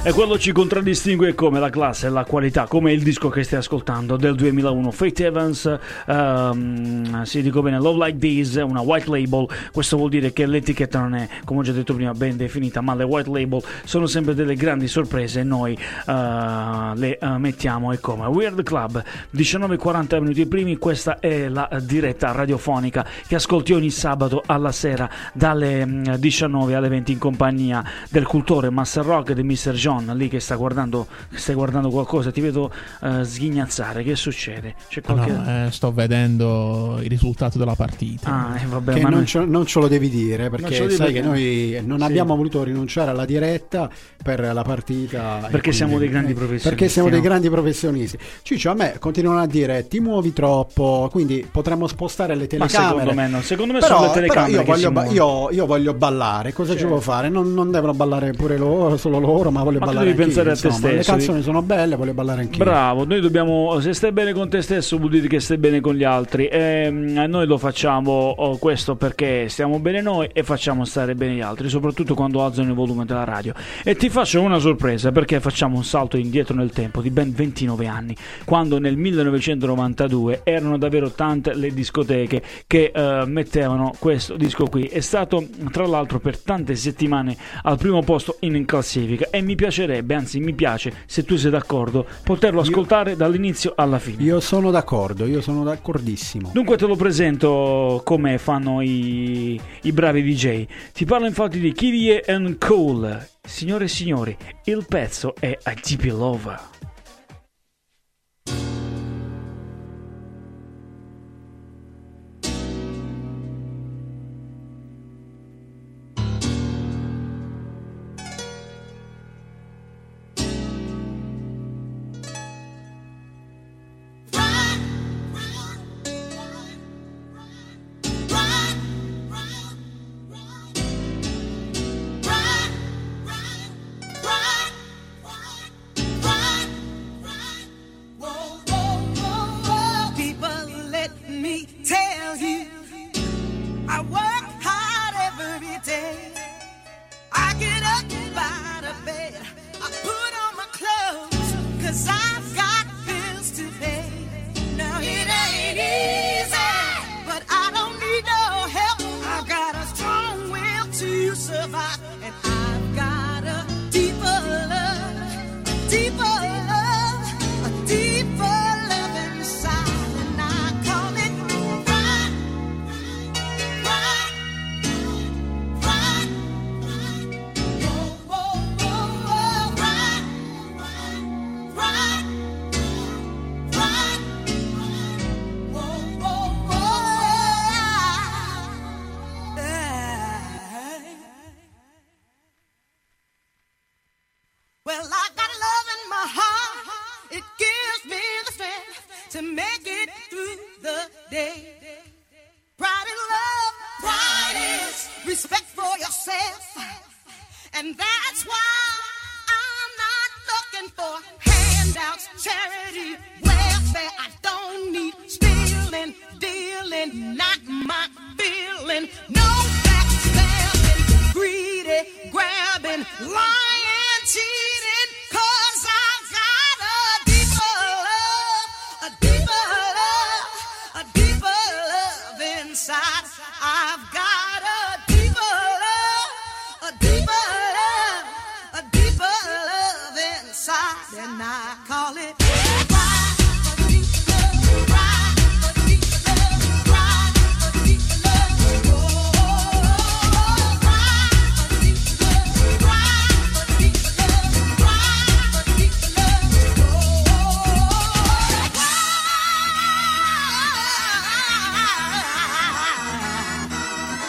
E quello ci contraddistingue come la classe, la qualità, come il disco che stai ascoltando del duemilauno, Faith Evans, um, si dico bene, Love Like This, una white label. Questo vuol dire che l'etichetta non è, come ho già detto prima, ben definita, ma le white label sono sempre delle grandi sorprese e noi uh, le uh, mettiamo. E come Weird Club, diciannove e quaranta minuti primi, questa è la diretta radiofonica che ascolti ogni sabato alla sera dalle um, diciannove alle venti in compagnia del cultore Master Rock, di mister John, lì che sta guardando, stai guardando qualcosa, ti vedo uh, sghignazzare, che succede? C'è qualche... no, eh, sto vedendo il risultato della partita. Ah, eh, vabbè, che ma non, noi... ce, non ce lo devi dire, Non perché ce lo devi sai dire. che noi non Sì. abbiamo voluto rinunciare alla diretta per la partita. e Perché siamo dei grandi eh, professionisti, Perché siamo dei no? grandi professionisti. Ciccio, a me continuano a dire ti muovi troppo, quindi potremmo spostare le Ma telecamere. secondo me no, secondo me Però, sono le telecamere però io, che voglio, si ba- muovono. io, io voglio ballare, cosa ci Certo. devo fare? Non, non devono ballare pure loro, solo loro, ma voglio Ma tu ballare devi anch'io. pensare a te insomma. Le stesso, canzoni devi- sono belle, voglio ballare anch'io. Bravo, noi dobbiamo, se stai bene con te stesso vuol dire che stai bene con gli altri, e mm, noi lo facciamo oh, questo perché stiamo bene noi e facciamo stare bene gli altri, soprattutto quando alzano il volume della radio. E ti faccio una sorpresa, perché facciamo un salto indietro nel tempo di ben ventinove anni, quando nel millenovecentonovantadue erano davvero tante le discoteche che eh, mettevano questo disco qui. È stato tra l'altro per tante settimane al primo posto in classifica, e mi piacerebbe, anzi mi piace, se tu sei d'accordo, poterlo ascoltare dall'inizio alla fine. Io sono d'accordo, io sono d'accordissimo. Dunque te lo presento come fanno i, i bravi D J. Ti parlo infatti di Kivie and Cole. Signore e signori, il pezzo è A Deep Love. People, let me tell you, I work hard every day. I get up out of bed, I put on my clothes, cause I've got bills to pay. Now it ain't easy, but I don't need no help. I've got a strong will to survive, and I've got a deeper love, a deeper love, a deeper love inside, and I call it right, right, right. Whoa, whoa, whoa, whoa, right, right, right. Whoa, whoa, whoa. Well, I got love in my heart. It gives me the strength to make it through the day. Pride in love, pride is respect for yourself. And that's why I'm not looking for handouts, charity, welfare. I don't need stealing, dealing, not my feeling. No backstabbing, greedy, grabbing, lying, cheating. Cause I've got a deeper love, a deeper love, a deeper love inside. I've got a deeper love, a deeper love, a deeper love inside, and I call it right, a deeper love, right, a deeper love, right, a deeper love, oh, right, a deeper love, right, a deeper love, right, a deeper love, oh, right.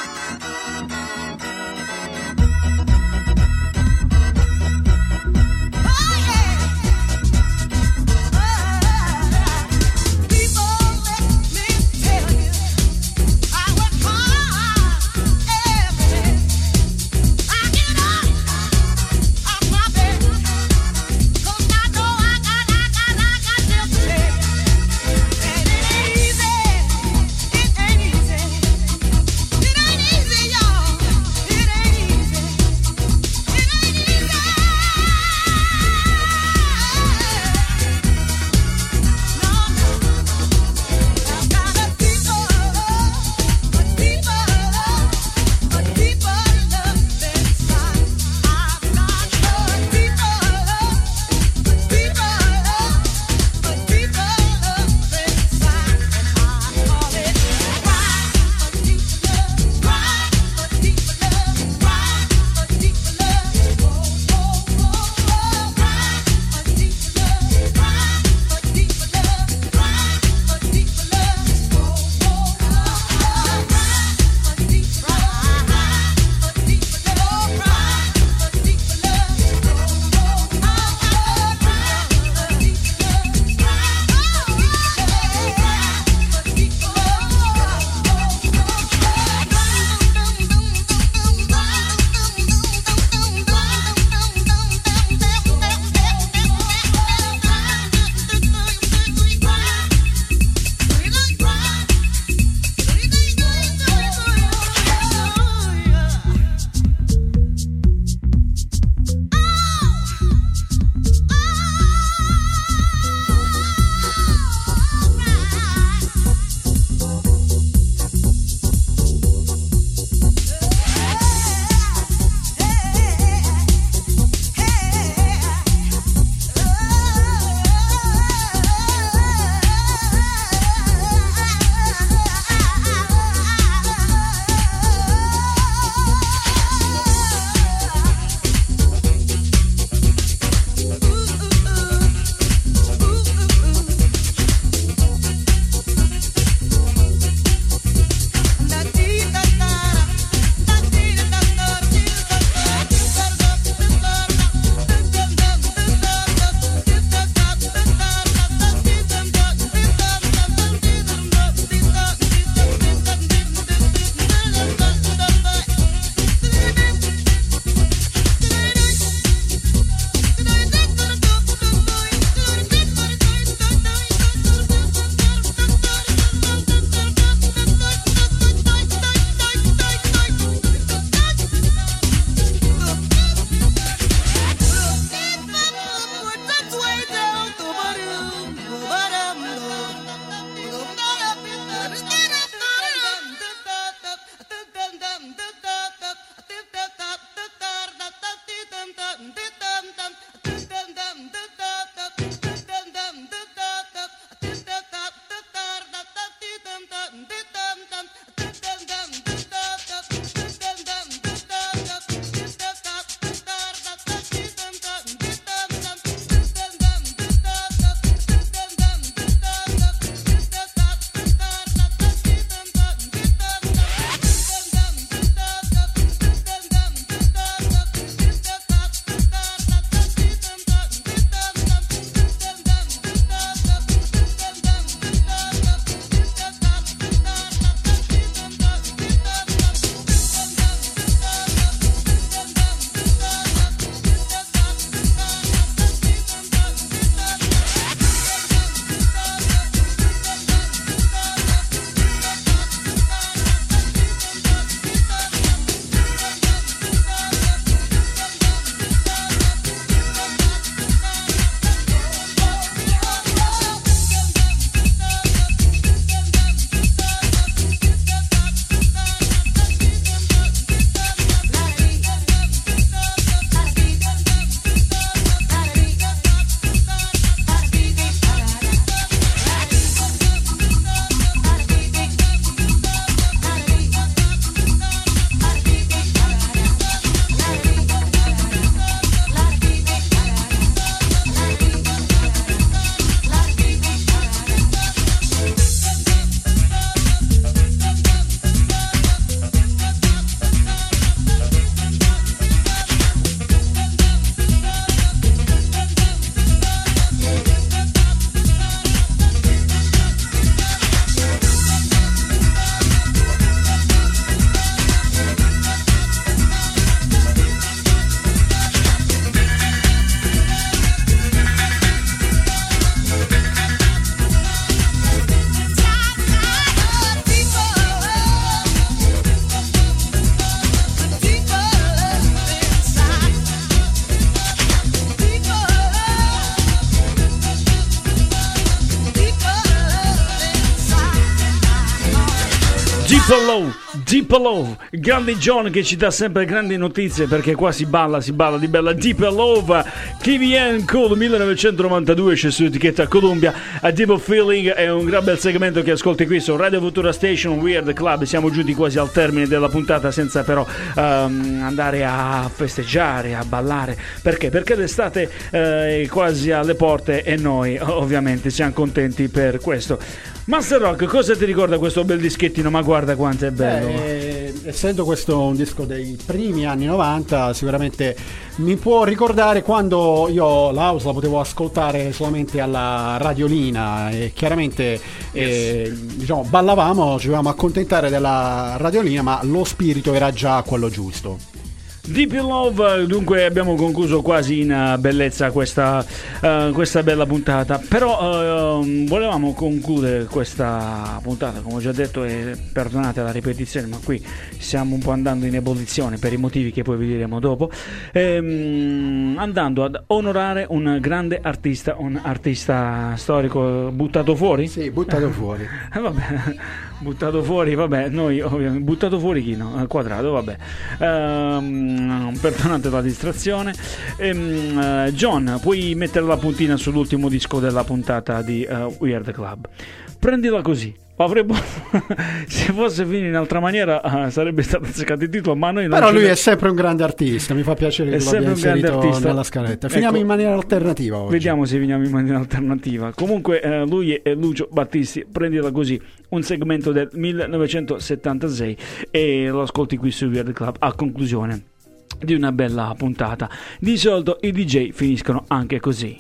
Deep Love, Deep Love, grande John che ci dà sempre grandi notizie perché qua si balla, si balla di bella. Deep Love, K V N Cool millenovecentonovantadue, c'è su etichetta Columbia. A Deep Feeling è un gran bel segmento che ascolti qui su Radio Futura Station, Weird Club. Siamo giunti quasi al termine della puntata senza però um, andare a festeggiare, a ballare. Perché? Perché l'estate eh, è quasi alle porte e noi ovviamente siamo contenti per questo. Master Rock, cosa ti ricorda questo bel dischettino? Ma guarda quanto è bello. Eh, essendo questo un disco dei primi anni novanta, sicuramente mi può ricordare quando io la house la potevo ascoltare solamente alla radiolina e chiaramente eh, diciamo ballavamo, ci dovevamo accontentare della radiolina, ma lo spirito era già quello giusto. Deep in Love, dunque abbiamo concluso quasi in uh, bellezza questa, uh, questa bella puntata, però uh, volevamo concludere questa puntata, come ho già detto, e perdonate la ripetizione, ma qui stiamo un po' andando in ebollizione per i motivi che poi vi diremo dopo, ehm, andando ad onorare un grande artista, un artista storico buttato fuori? Sì, buttato fuori. Eh, vabbè. Buttato fuori, vabbè, noi ovviamente buttato fuori chi no? Quadrato, vabbè. Ehm, perdonate la distrazione. Ehm, uh, John, puoi mettere la puntina sull'ultimo disco della puntata di uh, Weird Club. Prendila così. Avremmo se fosse finito in altra maniera uh, sarebbe stato azzeccato il titolo, ma noi non però lui ne... è sempre un grande artista, mi fa piacere è che lo abbia inserito nella scaletta. Finiamo ecco, in maniera alternativa oggi. Vediamo se finiamo in maniera alternativa. Comunque uh, lui è Lucio Battisti, prendila così, un segmento del millenovecentosettantasei e lo ascolti qui su Weird Club a conclusione di una bella puntata. Di solito i D J finiscono anche così.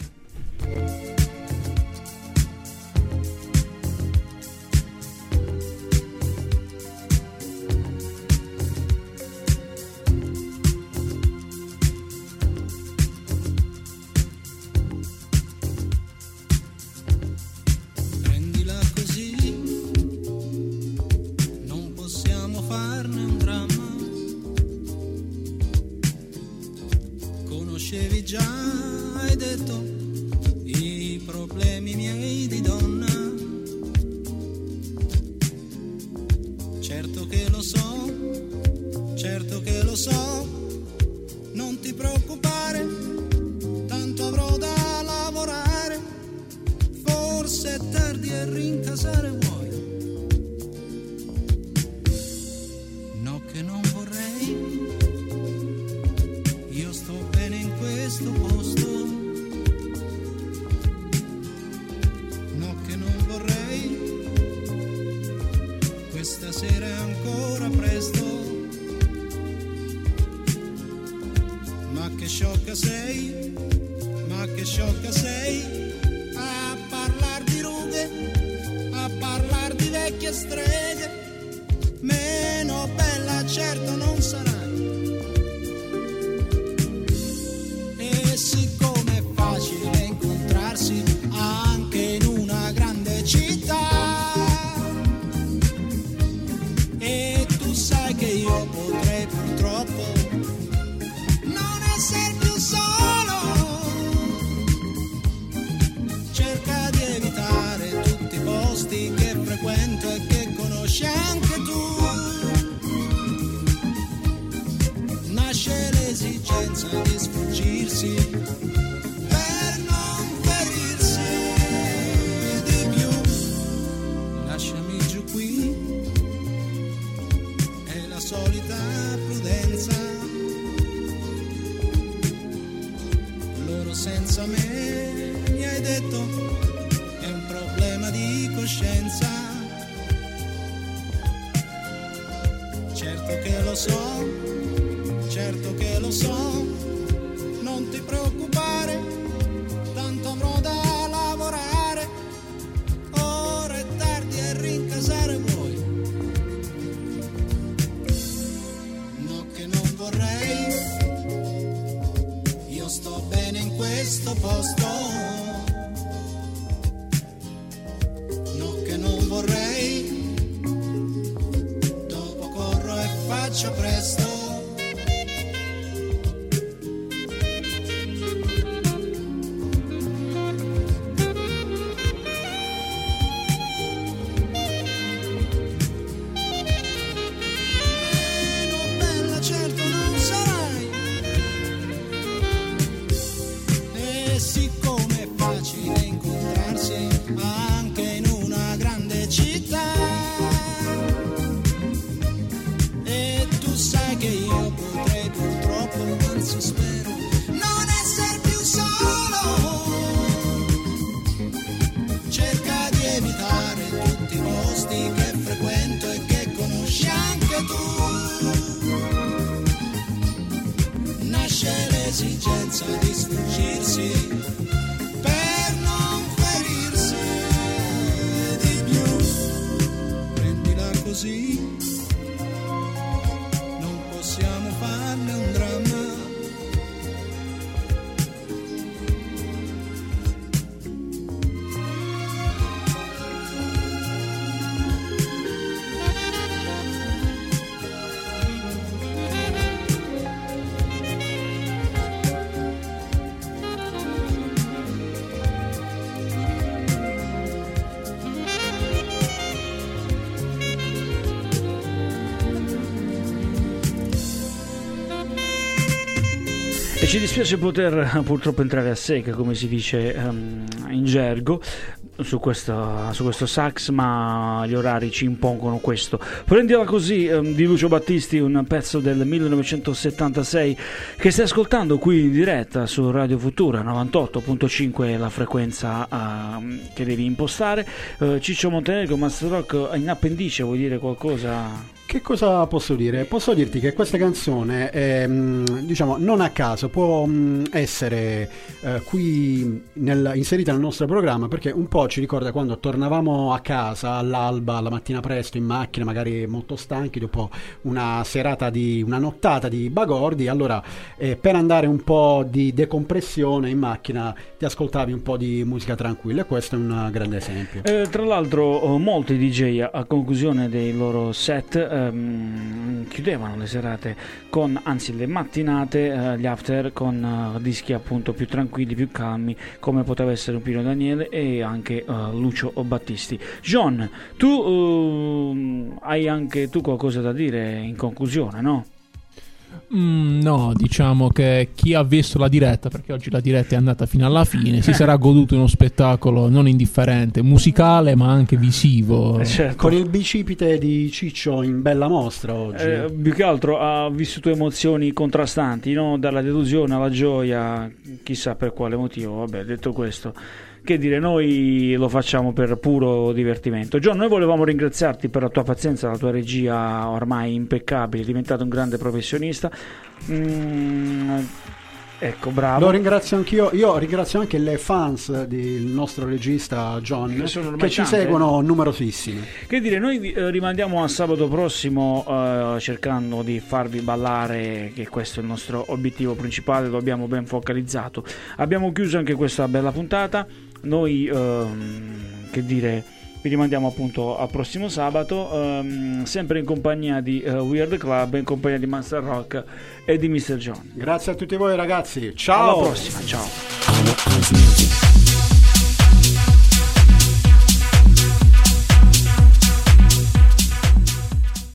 Conoscevi già, hai detto, i problemi miei di donna. Certo che lo so, certo che lo so, non ti preoccupare, tanto avrò da lavorare, forse è tardi a rincasare vuoi. No che non vorrei, io sto bene in questo posto. No che non vorrei, questa sera è ancora presto. Ma che sciocca sei, ma che sciocca sei, a parlar di rughe, a parlar di vecchie streghe. Meno bella certo non sarai. E siccome è facile incontrarsi anche in una grande città, e tu sai che io potrei purtroppo non essere più solo, cerca di evitare tutti i posti che frequento e che conosci anche tu. Nasce l'esigenza di sfuggirsi per non ferirsi di più. Lasciami giù qui, è la solita prudenza. Loro senza me, mi hai detto, è un problema di coscienza. Certo che lo so, certo che lo so, non ti preoccupare, tanto avrò da lavorare, ora è tardi a rincasare vuoi. No che non vorrei, io sto bene in questo posto. No che non vorrei, dopo corro e faccio presto. quel sospiro, non essere più solo. Cerca di evitare tutti i posti che frequento e che conosci anche tu. Nasce l'esigenza di sfuggirsi per non ferirsi di più. Prendila così, non possiamo farne un dramma. E ci dispiace poter purtroppo entrare a secca, come si dice um, in gergo, su questo, su questo sax, ma gli orari ci impongono questo. Prendila così, um, di Lucio Battisti, un pezzo del millenovecentosettantasei che stai ascoltando qui in diretta su Radio Futura. Novantotto virgola cinque è la frequenza uh, che devi impostare. uh, Ciccio Montenegro, Master Rock, in appendice vuoi dire qualcosa? Che cosa posso dire? Posso dirti che questa canzone è, mh, diciamo, non a caso può mh, essere eh, qui nel, inserita nel nostro programma, perché un po' ci ricorda quando tornavamo a casa all'alba, la mattina presto in macchina, magari molto stanchi dopo una serata di una nottata di bagordi. Allora eh, per andare un po' di decompressione in macchina ti ascoltavi un po' di musica tranquilla, e questo è un grande esempio. Eh, tra l'altro oh, molti D J a conclusione dei loro set ehm, chiudevano le serate con, anzi le mattinate, eh, gli after con eh, dischi appunto più tranquilli, più calmi, come poteva essere un Pino Daniele e anche eh, Lucio Battisti. John, tu eh, hai anche tu qualcosa da dire in conclusione, no? Mm, no, diciamo che chi ha visto la diretta, perché oggi la diretta è andata fino alla fine, si sarà goduto uno spettacolo non indifferente, musicale ma anche visivo. Eh, certo. Con il bicipite di Ciccio in bella mostra oggi. Eh, più che altro ha vissuto emozioni contrastanti, no? Dalla delusione alla gioia, chissà per quale motivo. Vabbè, detto questo, che dire, noi lo facciamo per puro divertimento. John, noi volevamo ringraziarti per la tua pazienza, la tua regia ormai impeccabile, è diventato un grande professionista. Mm, ecco, bravo. Lo ringrazio anch'io. Io ringrazio anche le fans del nostro regista John, che, sono che ci tante, seguono numerosissimi. Che dire, noi vi eh, rimandiamo a sabato prossimo, eh, cercando di farvi ballare, che questo è il nostro obiettivo principale, lo abbiamo ben focalizzato. Abbiamo chiuso anche questa bella puntata. Noi ehm, che dire, vi rimandiamo appunto al prossimo sabato, ehm, sempre in compagnia di uh, We Are The Club, in compagnia di Master Rock e di mister John. Grazie a tutti voi ragazzi, ciao, alla prossima, ciao.